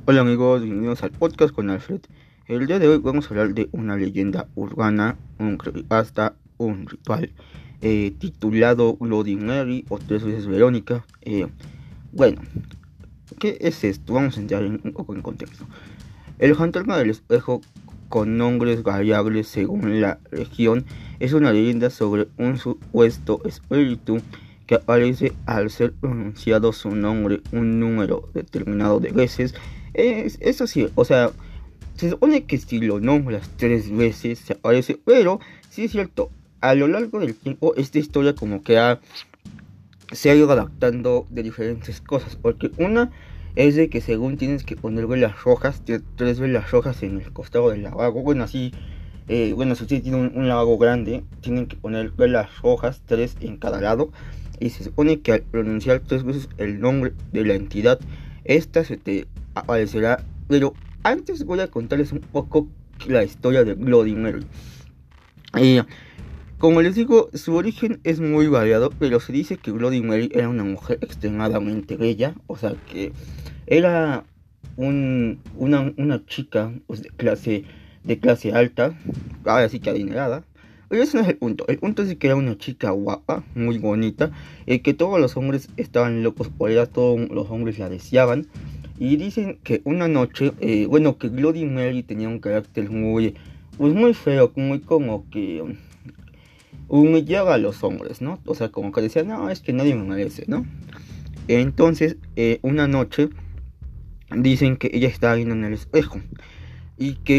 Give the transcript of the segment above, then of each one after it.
Hola amigos, bienvenidos al podcast con Alfred. El día de hoy vamos a hablar de una leyenda urbana, un creepypasta, un ritual titulado Bloody Mary o Tres veces Verónica. Bueno, ¿qué es esto? Vamos a entrar un poco en contexto. El fantasma del espejo, con nombres variables según la región, es una leyenda sobre un supuesto espíritu que aparece al ser pronunciado su nombre un número determinado de veces. Eso sí, o sea, se supone que si lo nombras 3 veces se aparece, pero sí es cierto, a lo largo del tiempo esta historia como que se ha ido adaptando de diferentes cosas, porque una es de que según tienes que poner velas rojas, 3 velas rojas en el costado del lavabo, bueno así, bueno si usted tiene un lavabo grande, tienen que poner velas rojas, 3 en cada lado, y se supone que al pronunciar 3 veces el nombre de la entidad, esta se te aparecerá, pero antes voy a contarles un poco la historia de Bloody Mary. Como les digo, su origen es muy variado, pero se dice que Bloody Mary era una mujer extremadamente bella, o sea que era una chica pues, de clase alta, ahora sí que adinerada. Pero ese no es el punto es que era una chica guapa, muy bonita, y que todos los hombres estaban locos por ella, todos los hombres la deseaban. Y dicen que una noche, bueno, que Bloody Mary tenía un carácter pues muy feo, muy como que humillaba a los hombres, ¿no? O sea, como que decía, no, es que nadie me merece, ¿no? Entonces, una noche dicen que ella estaba viendo en el espejo y que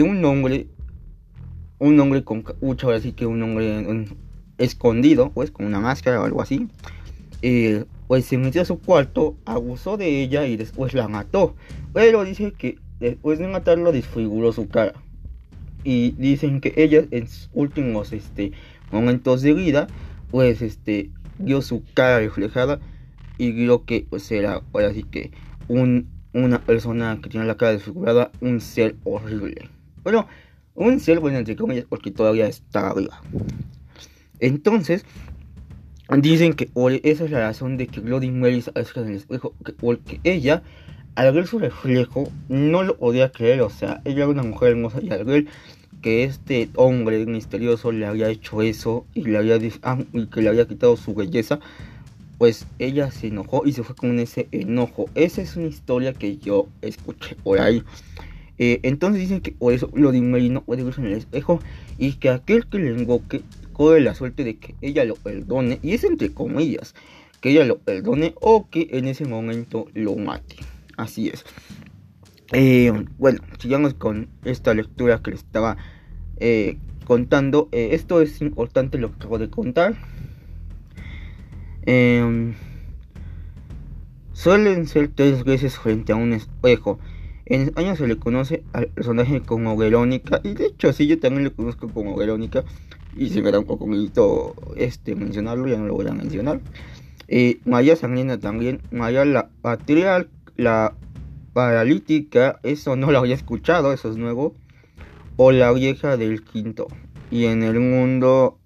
un hombre con capucha, ahora sí que un hombre escondido, pues con una máscara o algo así, pues se metió a su cuarto, abusó de ella y después la mató. Pero dice que después de matarlo desfiguró su cara. Y dicen que ella en sus últimos momentos de vida pues vio su cara reflejada y vio que pues era ahora sí que una persona que tenía la cara desfigurada, un ser horrible, bueno, un ser bueno entre comillas porque todavía está viva. Entonces dicen que esa es la razón de que Bloody Mary aparezca en el espejo, porque ella al ver su reflejo no lo podía creer, o sea, ella era una mujer hermosa y al ver que este hombre misterioso le había hecho eso y y que le había quitado su belleza, pues ella se enojó y se fue con ese enojo. Esa es una historia que yo escuché por ahí. Entonces dicen que por eso Bloody Mary no puede verse en el espejo y que aquel que le invoque corre la suerte de que ella lo perdone, y es entre comillas, que ella lo perdone o que en ese momento lo mate. Así es. Bueno, sigamos con esta lectura que les estaba contando. Esto es importante lo que acabo de contar. Suelen ser 3 veces frente a un espejo. En España se le conoce al personaje como Verónica, y de hecho sí, yo también lo conozco como Verónica, y se me da un poco miedo mencionarlo, ya no lo voy a mencionar. María Sangrienta también, María la paralítica, eso no lo había escuchado, eso es nuevo, o la vieja del quinto, y en el mundo,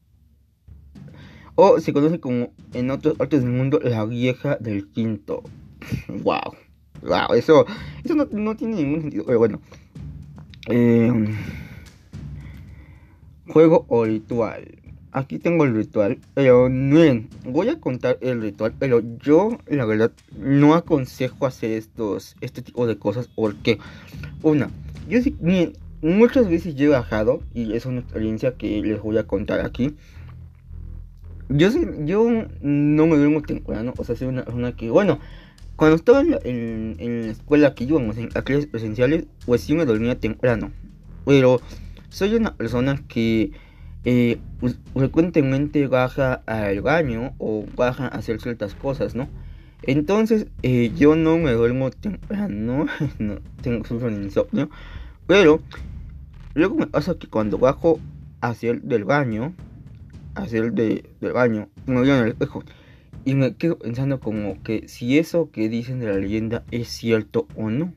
o se conoce como en otras partes del mundo la vieja del quinto. Wow, wow, eso no tiene ningún sentido, pero bueno. Eh, Juego o ritual. Aquí tengo el ritual, pero miren, voy a contar el ritual, pero yo la verdad no aconsejo hacer este tipo de cosas porque, una, yo sí, miren, muchas veces yo he bajado y es una experiencia que les voy a contar aquí. Yo no me duermo temprano, o sea, soy una persona que, bueno, cuando estaba en la escuela que íbamos a clases presenciales, pues sí me dormía temprano. Pero soy una persona que pues, frecuentemente baja al baño o baja a hacer ciertas cosas, ¿no? Entonces yo no me duermo temprano, no sufro de insomnio. Pero luego me pasa que cuando bajo hacia el del baño, del baño, me veo en el espejo y me quedo pensando como que si eso que dicen de la leyenda es cierto o no.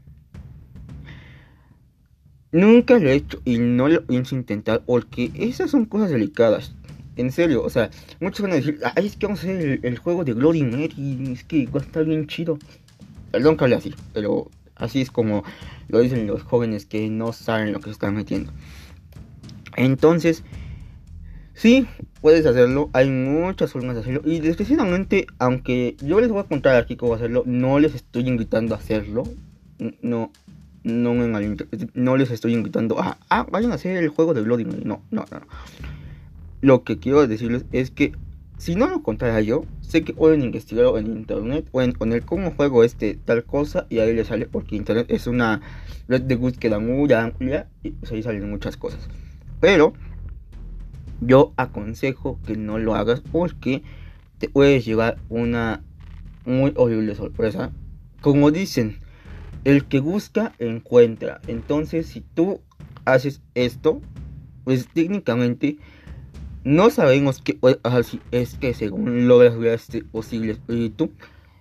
Nunca lo he hecho y no lo pienso intentar porque esas son cosas delicadas. En serio, o sea, muchos van a decir, ay, es que vamos a hacer el juego de Bloody Mary, es que va a estar bien chido. Perdón que hable así, pero Así es como lo dicen los jóvenes que no saben lo que se están metiendo. Entonces, sí, puedes hacerlo, hay muchas formas de hacerlo. Y desgraciadamente, aunque yo les voy a contar aquí cómo hacerlo, no les estoy invitando a hacerlo. No, no me malinterpreten, no les estoy invitando a, vayan a hacer el juego de Bloody Mary. No, no, no. Lo que quiero decirles es que si no lo contara yo, sé que pueden investigarlo en internet, pueden poner cómo juego tal cosa y ahí les sale, porque internet es una red de búsqueda muy amplia y pues ahí salen muchas cosas. Pero yo aconsejo que no lo hagas porque te puedes llevar una muy horrible sorpresa. Como dicen, el que busca encuentra. Entonces, si tú haces esto, pues técnicamente no sabemos qué puede pasar si es que según logras ver este posible espíritu.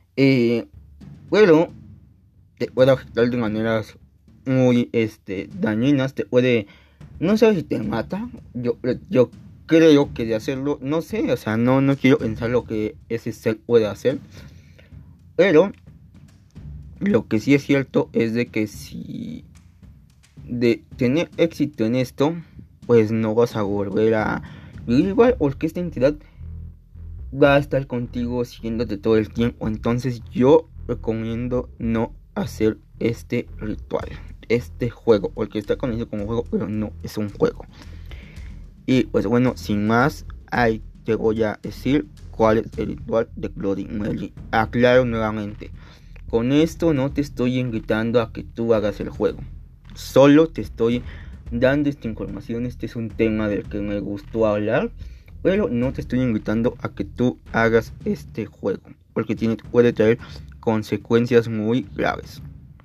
Pero te puede afectar de maneras muy dañinas. Te puede, no sé si te mata. Yo creo que de hacerlo, no sé, o sea, no quiero pensar lo que ese ser puede hacer. Pero lo que sí es cierto es de que si de tener éxito en esto, pues no vas a volver a vivir igual, porque esta entidad va a estar contigo siguiéndote todo el tiempo. Entonces yo recomiendo no hacer este ritual, este juego, porque está conocido como juego, pero no es un juego. Y pues bueno, sin más, ahí te voy a decir cuál es el ritual de Bloody Mary. Aclaro nuevamente, con esto no te estoy invitando a que tú hagas el juego, solo te estoy dando esta información. Este es un tema del que me gustó hablar, pero no te estoy invitando a que tú hagas este juego, porque puede traer consecuencias muy graves.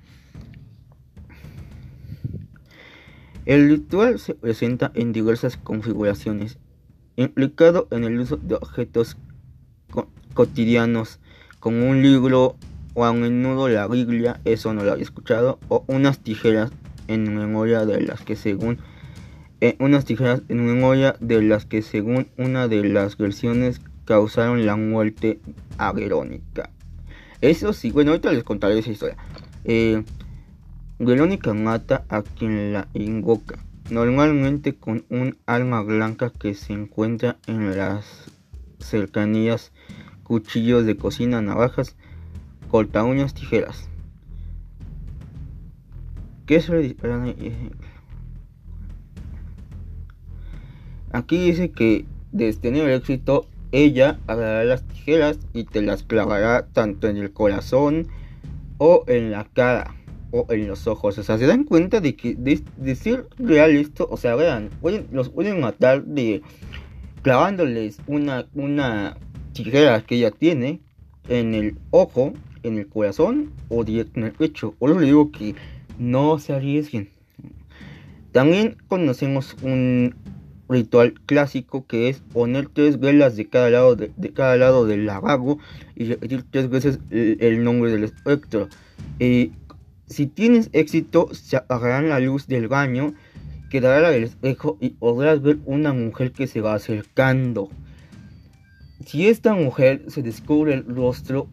El ritual se presenta en diversas configuraciones, implicado en el uso de objetos cotidianos, como un libro o a menudo la Biblia, eso no lo había escuchado, o unas tijeras en memoria de las que según una de las versiones causaron la muerte a Verónica. Eso sí, bueno, ahorita les contaré esa historia. Verónica mata a quien la invoca, normalmente con un arma blanca que se encuentra en las cercanías: cuchillos de cocina, navajas, corta uñas, tijeras. ¿Qué suele disparar? Aquí dice que de tener éxito, ella agarrará las tijeras y te las clavará tanto en el corazón o en la cara o en los ojos. O sea, se dan cuenta de que de ser real esto. O sea, vean, los pueden matar clavándoles una tijera que ella tiene en el ojo, en el corazón o directo en el pecho. Por eso le digo que no se arriesguen. También conocemos un ritual clásico que es poner 3 velas de cada lado del lavabo y repetir 3 veces el nombre del espectro. Si tienes éxito, se apagará la luz del baño, quedará la del espejo y podrás ver una mujer que se va acercando. Si esta mujer se descubre el rostro,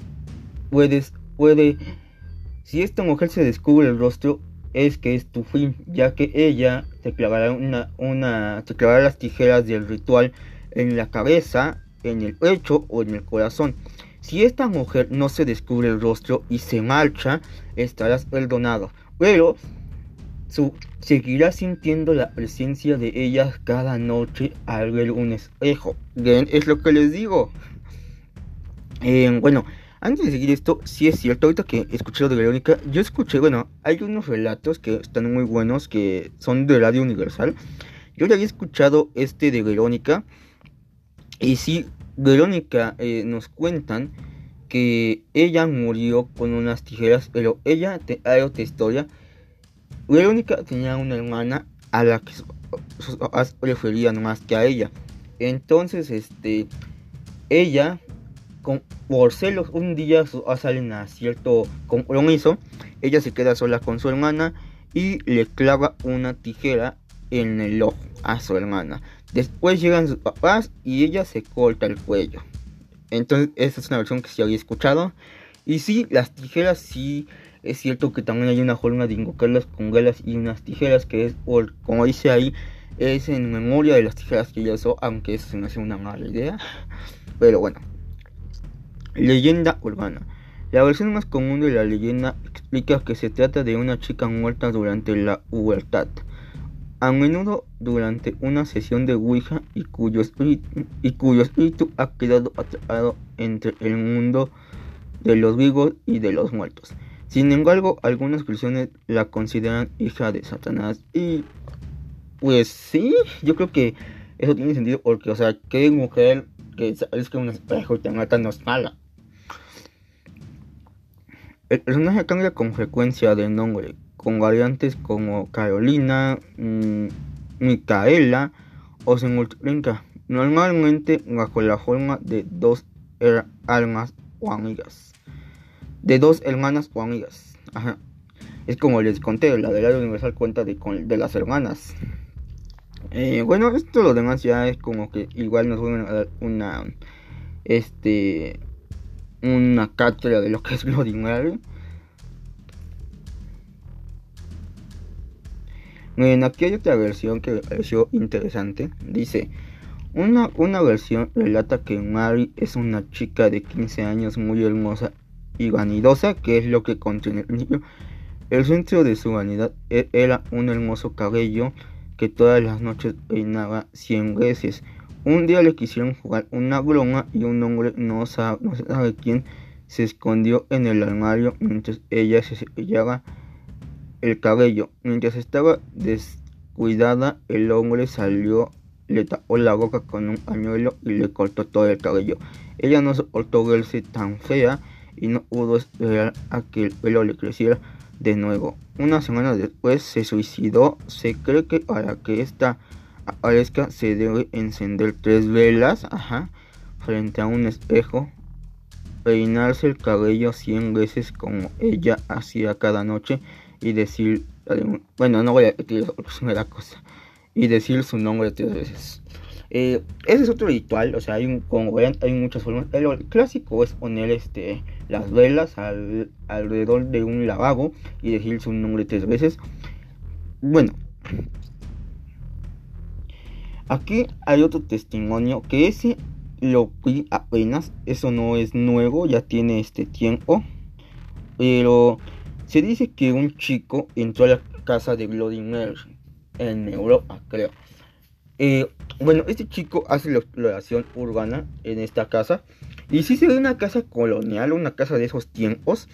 si esta mujer se descubre el rostro, es que es tu fin, ya que ella te clavará te clavará las tijeras del ritual en la cabeza, en el pecho o en el corazón. Si esta mujer no se descubre el rostro y se marcha, estarás perdonado, pero seguirás sintiendo la presencia de ella cada noche al ver un espejo. Bien, es lo que les digo. Bueno, antes de seguir esto, sí es cierto, ahorita que escuché lo de Verónica, yo escuché, bueno, hay unos relatos que están muy buenos, que son de Radio Universal. Yo ya había escuchado de Verónica, y sí, Verónica nos cuentan que ella murió con unas tijeras, pero hay otra historia. Verónica tenía una hermana a la que sus papás preferían más que a ella. Entonces, ella, por celos, un día salen a cierto compromiso. Ella se queda sola con su hermana y le clava una tijera en el ojo a su hermana. Después llegan sus papás y ella se corta el cuello. Entonces, esta es una versión que sí había escuchado. Y sí, las tijeras sí, es cierto que también hay una forma de invocarlas con velas y unas tijeras que es, como dice ahí, es en memoria de las tijeras que ella usó, aunque eso se me hace una mala idea. Pero bueno, leyenda urbana. La versión más común de la leyenda explica que se trata de una chica muerta durante la pubertad, a menudo durante una sesión de Ouija y cuyo espíritu ha quedado atrapado entre el mundo de los vivos y de los muertos. Sin embargo, algunas versiones la consideran hija de Satanás y pues sí, yo creo que eso tiene sentido porque, o sea, qué mujer que sabes que un espejo y te mata no es mala. El personaje cambia con frecuencia de nombre, con variantes como Carolina, Micaela o se multiplica, normalmente bajo la forma de dos almas o amigas. De dos hermanas o amigas. Ajá. Es como les conté, la de la universal cuenta de las hermanas. Bueno, esto lo demás ya es como que igual nos vuelven a dar una cátedra de lo que es Bloody Mary. Miren, aquí hay otra versión que me pareció interesante. Dice, una versión relata que Mary es una chica de 15 años muy hermosa y vanidosa, que es lo que contiene el libro. El centro de su vanidad era un hermoso cabello que todas las noches peinaba 100 veces. Un día le quisieron jugar una broma y un hombre no sabe quién se escondió en el armario mientras ella se cepillaba el cabello. Mientras estaba descuidada, el hombre salió, le tapó la boca con un pañuelo y le cortó todo el cabello. Ella no soportó verse tan fea y no pudo esperar a que el pelo le creciera de nuevo. Una semana después se suicidó. Se cree que para que esta aparezca se debe encender 3 velas, frente a un espejo, peinarse el cabello 100 veces como ella hacía cada noche y decir, bueno, no voy a repetir eso porque es una cosa, y decir su nombre 3 veces. Ese es otro ritual, o sea, como vean, hay muchas formas. El clásico es poner las velas alrededor de un lavabo y decir su nombre 3 veces. Bueno, aquí hay otro testimonio que ese lo vi apenas, eso no es nuevo, ya tiene tiempo, pero se dice que un chico entró a la casa de Bloody Mary en Europa, creo. Bueno, este chico hace la exploración urbana en esta casa. Y sí se ve una casa colonial, una casa de esos tiempos.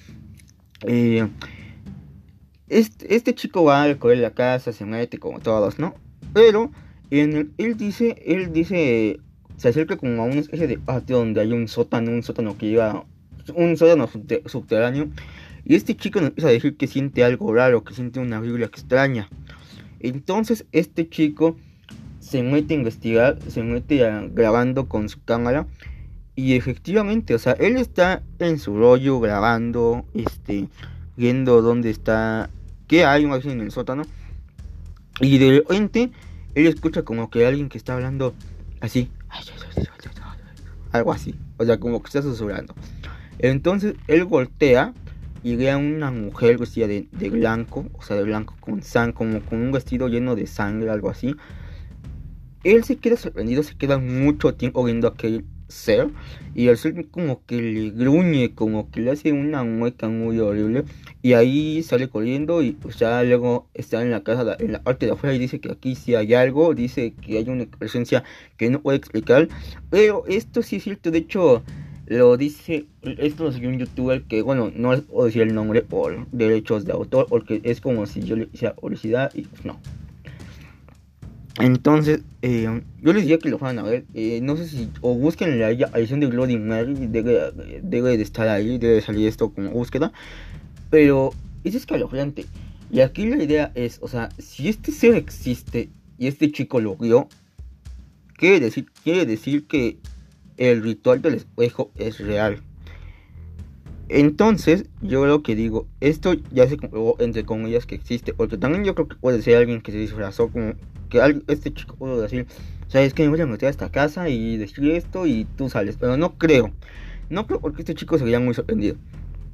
Este chico va a recorrer la casa, se mete como todos, ¿no? Pero él dice, se acerca como a una especie de patio donde hay un sótano que lleva, un sótano subterráneo. Y este chico nos empieza a decir que siente algo raro, que siente una vibra extraña. Entonces este chico se mete a investigar, se mete grabando con su cámara y efectivamente, o sea, él está en su rollo grabando, viendo dónde está, qué hay más en el sótano y de repente él escucha como que alguien que está hablando así, algo así, o sea, como que está susurrando. Entonces él voltea y ve a una mujer vestida de blanco, o sea, de blanco con sangre, como con un vestido lleno de sangre, algo así. Él se queda sorprendido, se queda mucho tiempo viendo a aquel ser y el ser como que le gruñe, como que le hace una mueca muy horrible y ahí sale corriendo y pues ya luego está en la casa, en la parte de afuera y dice que aquí sí hay algo, dice que hay una presencia que no puede explicar, pero esto sí es cierto, de hecho esto lo siguió un youtuber que, bueno, no les puedo decir el nombre por derechos de autor porque es como si yo le hiciera publicidad y pues no. Entonces, yo les diría que lo fueran a ver. No sé si, o busquen la edición de Bloody Mary, debe de estar ahí, debe de salir esto como búsqueda. Pero es escalofriante. Y aquí la idea es, o sea, si este ser existe y este chico lo vio, quiere decir que el ritual del espejo es real. Entonces, yo lo que digo, esto ya se comprobó entre comillas que existe, porque también yo creo que puede ser alguien que se disfrazó como que este chico pudo decir, sabes que me voy a meter a esta casa y decir esto y tú sales, pero no creo porque este chico sería muy sorprendido.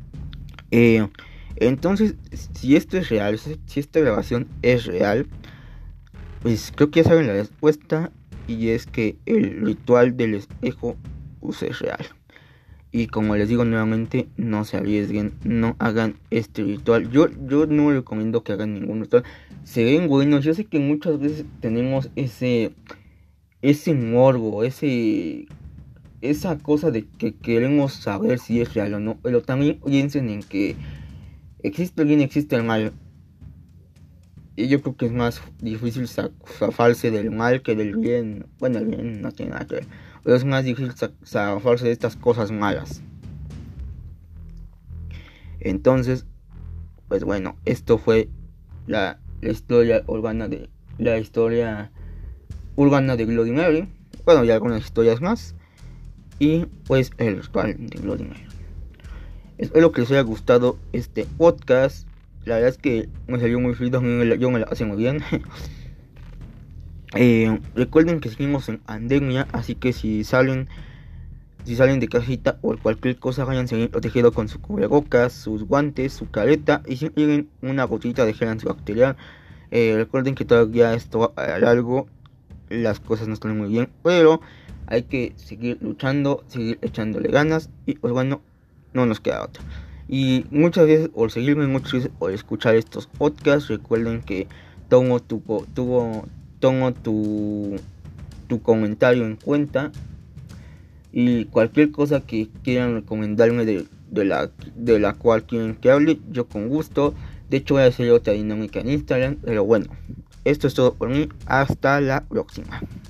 Eh, entonces, si esto es real, si esta grabación es real, pues creo que ya saben la respuesta, y es que el ritual del espejo pues, es real. Y como les digo nuevamente, no se arriesguen, no hagan este ritual. Yo no recomiendo que hagan ningún ritual. Se ven buenos, yo sé que muchas veces tenemos ese morbo, esa cosa de que queremos saber si es real o no, pero también piensen en que existe el bien, existe el mal. Y yo creo que es más difícil zafarse del mal que del bien. Bueno, el bien no tiene nada que ver, pero es más difícil zafarse de estas cosas malas. Entonces, pues bueno, esto fue la historia urbana de Bloody Mary. Bueno, y algunas historias más. Y pues el ritual de Bloody Mary. Espero que les haya gustado este podcast. La verdad es que me salió muy fluido, yo me la pasé muy bien. Recuerden que seguimos en pandemia, así que si salen de casita o cualquier cosa, váyanse bien protegidos con su cubrebocas, sus guantes, su careta, y si tienen una gotita de gel antibacterial. Recuerden que todavía esto a largo, las cosas no están muy bien, pero hay que seguir luchando, seguir echándole ganas, y pues bueno, no nos queda otra. Y muchas veces por seguirme, muchas veces por escuchar estos podcasts. Recuerden que tomo tu comentario en cuenta, y cualquier cosa que quieran recomendarme de la cual quieren que hable, yo con gusto. De hecho voy a hacer otra dinámica en Instagram, pero bueno, esto es todo por mí, hasta la próxima.